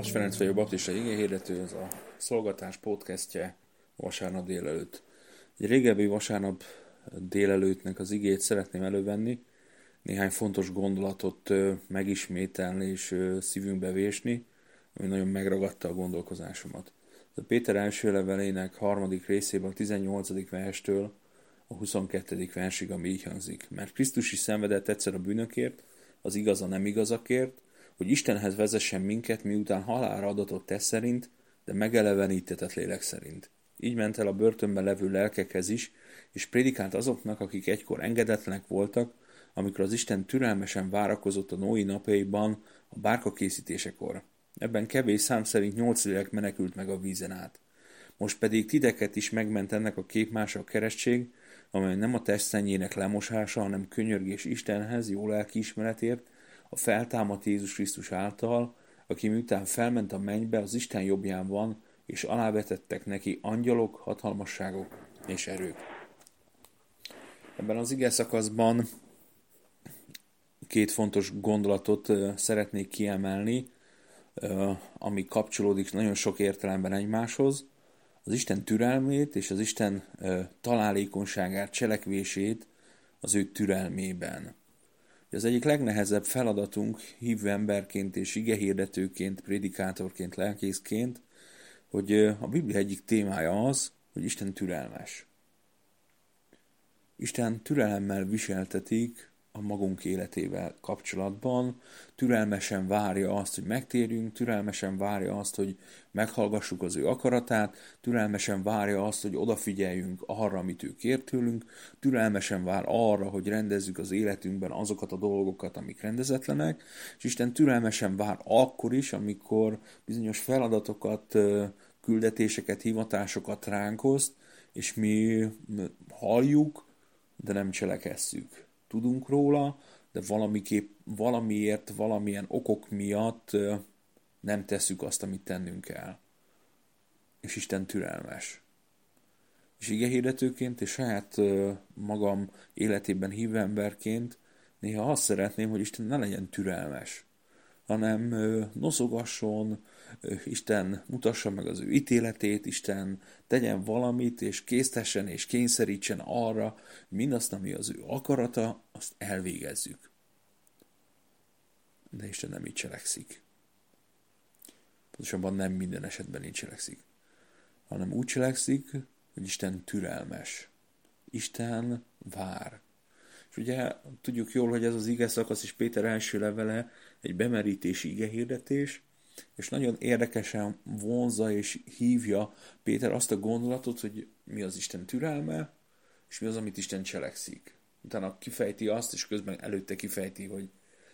Vas Ferenc vagyok, baptista igéhirdető, ez a szolgatás podcastje vasárnap délelőtt. Egy régebbi vasárnap délelőttnek az igét szeretném elővenni, néhány fontos gondolatot megismételni és szívünkbe vésni, ami nagyon megragadta a gondolkozásomat. A Péter első levelének 3. részében a 18. verstől a 22. versig, ami így hangzik. Mert Krisztus is szenvedett egyszer a bűnökért, az igaz a nem igazakért, hogy Istenhez vezessen minket, miután halálra adatott test szerint, de megelevenítetett lélek szerint. Így ment el a börtönben levő lelkekhez is, és prédikált azoknak, akik egykor engedetlenek voltak, amikor az Isten türelmesen várakozott a Noé napjaiban a bárka készítésekor. Ebben kevés szám szerint 8 lélek menekült meg a vízen át. Most pedig titeket is megment ennek a képmása a keresztség, amely nem a test szennyének lemosása, hanem könyörgés Istenhez, jó lelkiismeretért, a feltámadt Jézus Krisztus által, aki miután felment a mennybe, az Isten jobbján van, és alávetettek neki angyalok, hatalmasságok és erők. Ebben az ige szakaszban két fontos gondolatot szeretnék kiemelni, ami kapcsolódik nagyon sok értelemben egymáshoz. Az Isten türelmét és az Isten találékonyságát, cselekvését az ő türelmében. Az egyik legnehezebb feladatunk hívő emberként és igehirdetőként, prédikátorként, lelkészként, hogy a Biblia egyik témája az, hogy Isten türelmes. Isten türelemmel viseltetik a magunk életével kapcsolatban, türelmesen várja azt, hogy megtérjünk, türelmesen várja azt, hogy meghallgassuk az ő akaratát, türelmesen várja azt, hogy odafigyeljünk arra, amit ő kér tőlünk, türelmesen vár arra, hogy rendezzük az életünkben azokat a dolgokat, amik rendezetlenek, és Isten türelmesen vár akkor is, amikor bizonyos feladatokat, küldetéseket, hivatásokat ránk oszt, és mi halljuk, de nem cselekesszük. Tudunk róla, de valamiért, valamilyen okok miatt nem tesszük azt, amit tennünk kell. És Isten türelmes. És igehirdetőként és saját magam életében hívő emberként néha azt szeretném, hogy Isten ne legyen türelmes, hanem noszogasson, Isten mutassa meg az ő ítéletét, Isten tegyen valamit, és késztessen és kényszerítsen arra, hogy mindazt, ami az ő akarata, azt elvégezzük. De Isten nem így cselekszik. Pontosabban nem minden esetben így cselekszik. Hanem úgy cselekszik, hogy Isten türelmes. Isten vár. És ugye tudjuk jól, hogy ez az ige szakasz is Péter első levele egy bemerítési igehirdetés, és nagyon érdekesen vonzza és hívja Péter azt a gondolatot, hogy mi az Isten türelme, és mi az, amit Isten cselekszik. Utána kifejti azt, és közben előtte kifejti, hogy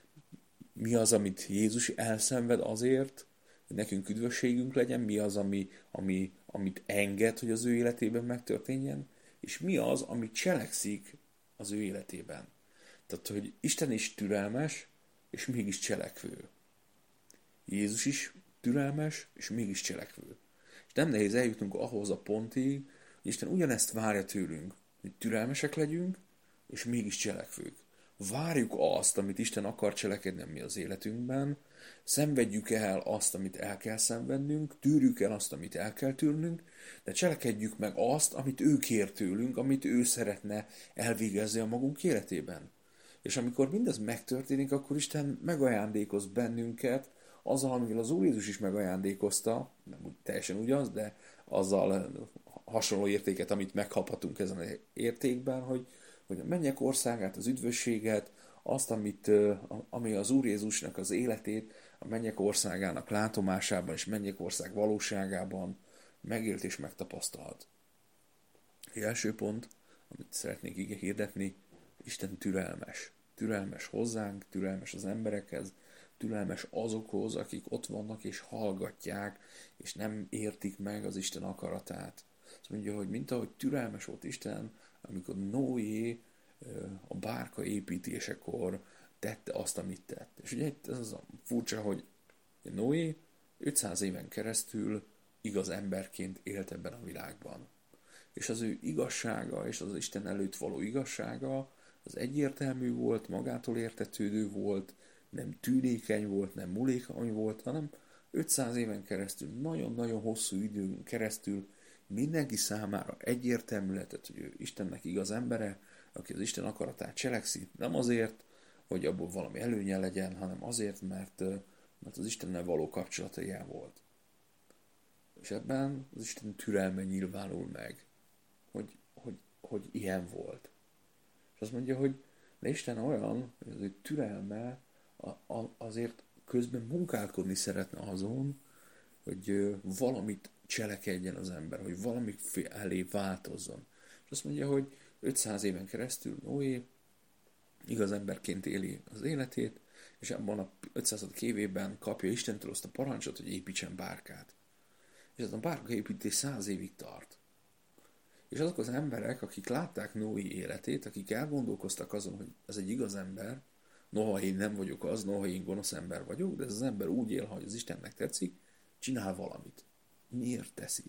mi az, amit Jézus elszenved azért, hogy nekünk üdvösségünk legyen, mi az, amit enged, hogy az ő életében megtörténjen, és mi az, amit cselekszik az ő életében. Tehát, hogy Isten is türelmes, és mégis cselekvő. Jézus is türelmes, és mégis cselekvő. És nem nehéz eljutnunk ahhoz a pontig, hogy Isten ugyanezt várja tőlünk, hogy türelmesek legyünk, és mégis cselekvők. Várjuk azt, amit Isten akar cselekedni mi az életünkben, szenvedjük el azt, amit el kell szenvednünk, tűrjük el azt, amit el kell tűrnünk, de cselekedjük meg azt, amit ő kér tőlünk, amit ő szeretne elvégezni a magunk életében. És amikor mindez megtörténik, akkor Isten megajándékoz bennünket azzal, amivel az Úr Jézus is megajándékozta, nem úgy teljesen ugyanaz, de azzal hasonló értéket, amit megkaphatunk ezen az értékben, hogy a mennyek országát, az üdvösséget, azt, ami az Úr Jézusnak az életét, a mennyek országának látomásában és mennyek ország valóságában megélt és megtapasztalt. Az első pont, amit szeretnék ige hirdetni, Isten türelmes. Türelmes hozzánk, türelmes az emberekhez, türelmes azokhoz, akik ott vannak és hallgatják, és nem értik meg az Isten akaratát. Azt mondja, hogy mint ahogy türelmes volt Isten, amikor Noé a bárka építésekor tette azt, amit tett. És ugye ez az a furcsa, hogy Noé 500 éven keresztül igaz emberként élt ebben a világban. És az ő igazsága és az Isten előtt való igazsága az egyértelmű volt, magától értetődő volt, nem tűnékeny volt, nem mulékony volt, hanem 500 éven keresztül, nagyon-nagyon hosszú időn keresztül mindenki számára egyértelmű lehetett, hogy ő Istennek igaz embere, aki az Isten akaratát cselekszi, nem azért, hogy abból valami előnye legyen, hanem azért, mert az Istennel való kapcsolata ilyen volt. És ebben az Isten türelme nyilvánul meg, hogy ilyen volt. És azt mondja, hogy de Isten olyan, hogy az ő türelme azért közben munkálkodni szeretne azon, hogy valamit cselekedjen az ember, hogy valami elé változzon. És azt mondja, hogy 500 éven keresztül Noé igaz emberként éli az életét, és abban a 500. évében kapja Istentől azt a parancsot, hogy építsen bárkát. És ez a bárka építés 100 évig tart. És azok az emberek, akik látták Noé életét, akik elgondolkoztak azon, hogy ez egy igaz ember, noha én nem vagyok az, noha én gonosz ember vagyok, de ez az ember úgy él, hogy az Istennek tetszik, csinál valamit. Miért teszi?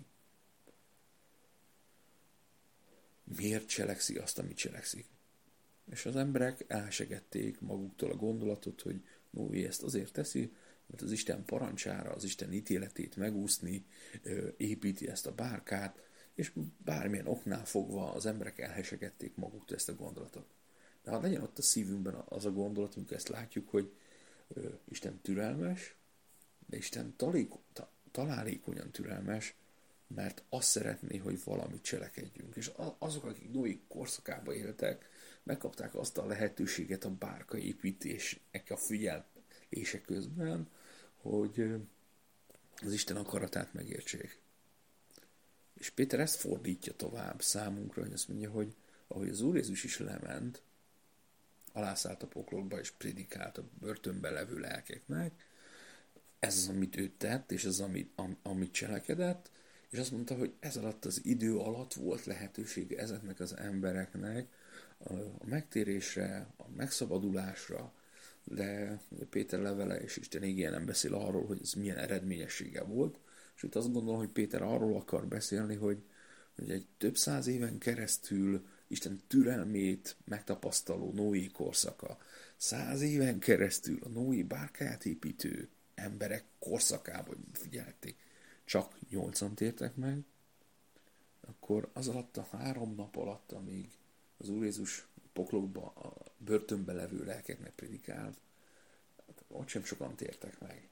Miért cselekszi azt, amit cselekszik? És az emberek elsegették maguktól a gondolatot, hogy Noé ezt azért teszi, mert az Isten parancsára, az Isten ítéletét megúszni, építi ezt a bárkát, és bármilyen oknál fogva az emberek elhesegették maguktól ezt a gondolatot. De ha legyen ott a szívünkben az a gondolat, amikor ezt látjuk, hogy Isten türelmes, de Isten találékonyan türelmes, mert azt szeretné, hogy valamit cselekedjünk. És azok, akik Noé korszakában éltek, megkapták azt a lehetőséget a bárka építésnek a figyelése közben, hogy az Isten akaratát megértsék. És Péter ezt fordítja tovább számunkra, hogy azt mondja, hogy ahogy az Úr Jézus is lement, alászállt a poklokba és prédikált a börtönben levő lelkeknek, ez az, amit ő tett, és ez az, amit cselekedett, és azt mondta, hogy ez alatt az idő alatt volt lehetősége ezeknek az embereknek a megtérésre, a megszabadulásra, de Péter levele és Isten igéje nem beszél arról, hogy ez milyen eredményessége volt, sőt azt gondolom, hogy Péter arról akar beszélni, hogy egy több száz éven keresztül Isten türelmét megtapasztaló Noé korszaka, 100 éven keresztül a Noé bárkáját építő emberek korszakában figyelték, csak 8-an tértek meg, akkor az alatt a 3 nap alatt, amíg az Úr Jézus poklokba, a börtönbe levő lelkeknek predikált, ott sem sokan tértek meg.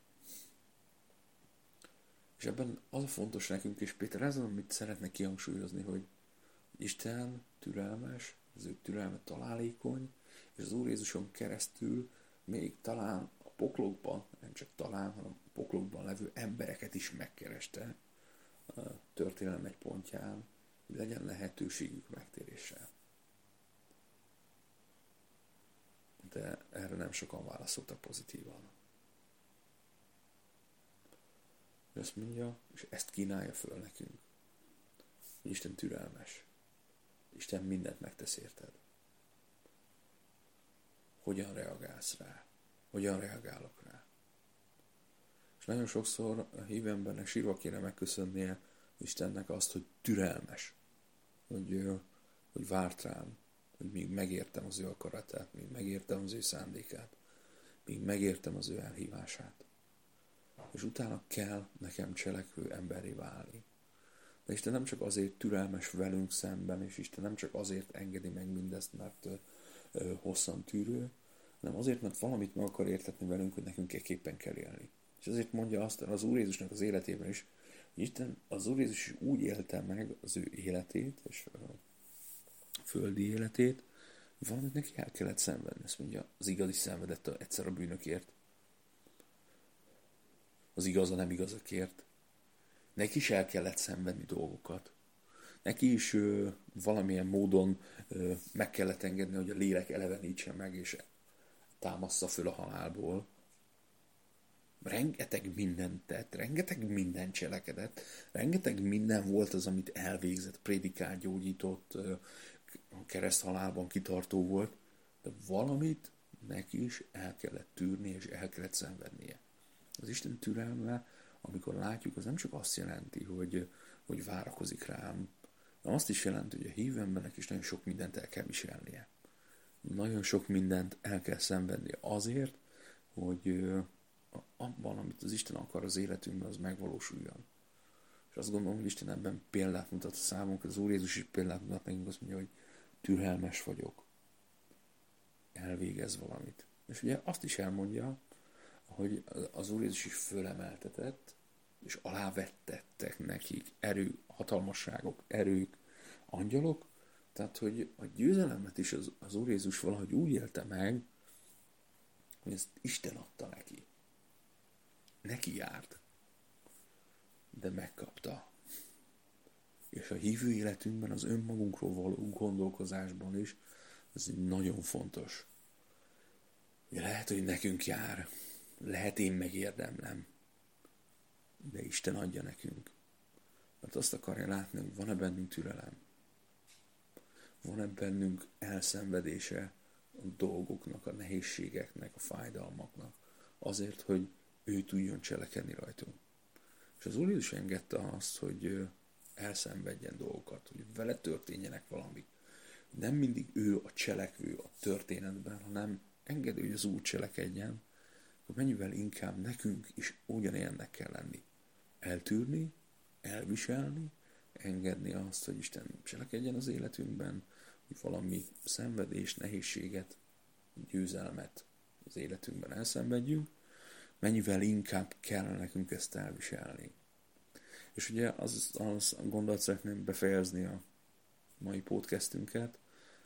És ebben az a fontos nekünk, és Péter ez az, amit szeretne kihangsúlyozni, hogy Isten türelmes, az ő türelme találékony, és az Úr Jézuson keresztül még talán a poklokban, nem csak talán, hanem a poklokban levő embereket is megkereste a történelem egy pontján, hogy legyen lehetőségük megtérésre. De erre nem sokan válaszoltak pozitívan. És azt mondja, és ezt kínálja föl nekünk, hogy Isten türelmes. Isten mindent megtesz érted. Hogyan reagálsz rá? Hogyan reagálok rá? És nagyon sokszor a hívő embernek sírva kéne megköszönnie Istennek azt, hogy türelmes. Hogy várt rám, hogy még megértem az ő akaratát, még megértem az ő szándékát, még megértem az ő elhívását. És utána kell nekem cselekvő emberré válni. De Isten nem csak azért türelmes velünk szemben, és Isten nem csak azért engedi meg mindezt, mert hosszan tűrő, hanem azért, mert valamit meg akar értetni velünk, hogy nekünk ekképpen kell élni. És azért mondja azt az Úr Jézusnak az életében is, hogy Isten, az Úr Jézus is úgy élte meg az ő életét, és a földi életét, hogy valamit neki el kellett szenvedni. Ezt mondja, az igaz is szenvedett egyszer a bűnökért. Az igaz a nem igazakért. Neki is el kellett szenvedni dolgokat. Neki is valamilyen módon meg kellett engedni, hogy a lélek elevenítse meg, és támassza föl a halálból. Rengeteg mindent tett, rengeteg mindent cselekedett, rengeteg minden volt az, amit elvégzett, prédikált, gyógyított, kereszthalálban kitartó volt, de valamit neki is el kellett tűrni, és el kellett szenvednie. Az Isten türelme, amikor látjuk, az nem csak azt jelenti, hogy várakozik rám, de azt is jelenti, hogy a hívő embernek is nagyon sok mindent el kell viselnie. Nagyon sok mindent el kell szenvednie azért, hogy abban, amit az Isten akar az életünkben, az megvalósuljon. És azt gondolom, hogy Isten ebben példát mutat a számunkra, az Úr Jézus is példát mutat nekünk, azt mondja, hogy türelmes vagyok, elvégez valamit. És ugye azt is elmondja, hogy az Úr Jézus is fölemeltetett, és alávettettek nekik hatalmasságok, erők, angyalok, tehát, hogy a győzelemet is az Úr Jézus valahogy úgy élte meg, hogy ezt Isten adta neki. Neki járt, de megkapta. És a hívő életünkben, az önmagunkról való gondolkozásban is, ez nagyon fontos. Lehet, hogy nekünk jár, lehet én megérdemlem, de Isten adja nekünk. Mert azt akarja látni, hogy van-e bennünk türelem, van-e bennünk elszenvedése a dolgoknak, a nehézségeknek, a fájdalmaknak, azért, hogy ő tudjon cselekedni rajtunk. És az Úr Jézus engedte azt, hogy elszenvedjen dolgokat, hogy vele történjenek valamik. Nem mindig ő a cselekvő a történetben, hanem engedő, hogy az Úr cselekedjen, hogy mennyivel inkább nekünk is ugyanilyennek kell lenni. Eltűrni, elviselni, engedni azt, hogy Isten cselekedjen az életünkben, hogy valami szenvedés, nehézséget, győzelmet az életünkben elszenvedjünk, mennyivel inkább kell nekünk ezt elviselni. És ugye az gondolat szeretném befejezni a mai podcastünket,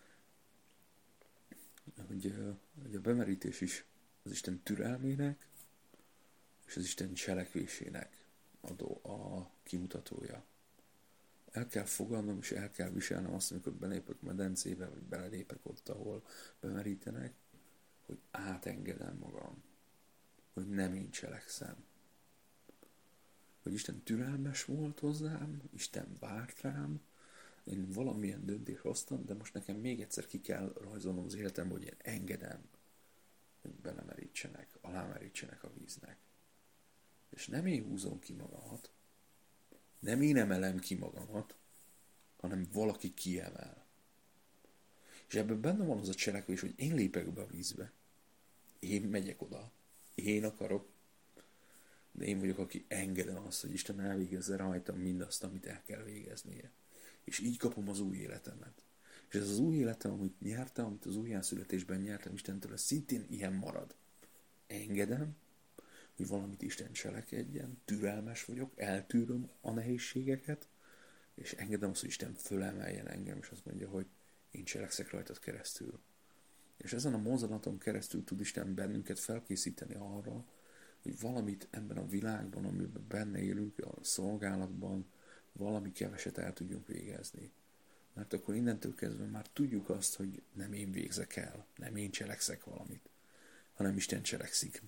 hogy a bemerítés is az Isten türelmének és az Isten cselekvésének a kimutatója. El kell fogadnom és el kell viselnem azt, amikor belépek medencébe, vagy belelépek ott, ahol bemerítenek, hogy átengedem magam, hogy nem én cselekszem. Hogy Isten türelmes volt hozzám, Isten várt rám, én valamilyen döntést hoztam, de most nekem még egyszer ki kell rajzolnom az életembe, hogy én engedem, hogy belemerítsenek, alámerítsenek a víznek. És nem én húzom ki magamat, nem én emelem ki magamat, hanem valaki kiemel. És ebben benne van az a cselekvés, hogy én lépek be a vízbe. Én megyek oda. Én akarok. De én vagyok, aki engedem azt, hogy Isten elvégezze rajtam mindazt, amit el kell végeznie. És így kapom az új életemet. És ez az új életem, amit nyertem, amit az újjászületésben nyertem Istentől, ez szintén ilyen marad. Engedem, hogy valamit Isten cselekedjen, türelmes vagyok, eltűröm a nehézségeket, és engedem azt, hogy Isten fölemeljen engem, és azt mondja, hogy én cselekszek rajtad keresztül. És ezen a mozdulaton keresztül tud Isten bennünket felkészíteni arra, hogy valamit ebben a világban, amiben benne élünk, a szolgálatban, valami keveset el tudjunk végezni. Mert akkor innentől kezdve már tudjuk azt, hogy nem én végzek el, nem én cselekszek valamit, hanem Isten cselekszik.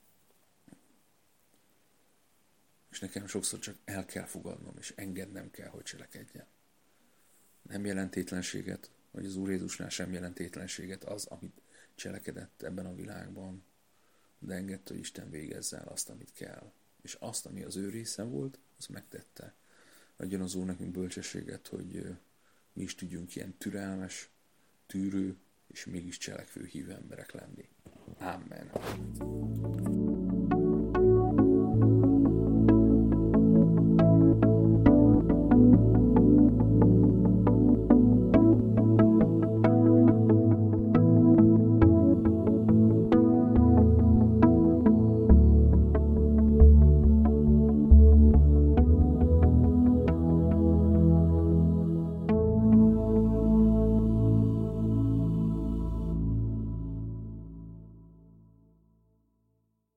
És nekem sokszor csak el kell fogadnom, és engednem kell, hogy cselekedjen. Nem jelentétlenséget, vagy az Úr Jézusnál sem jelentétlenséget az, amit cselekedett ebben a világban, de engedte, hogy Isten végezze el azt, amit kell. És azt, ami az ő része volt, az megtette. Adjon az Úr nekünk bölcsességet, hogy mi is tudjunk ilyen türelmes, tűrő és mégis cselekvő hívő emberek lenni. Amen.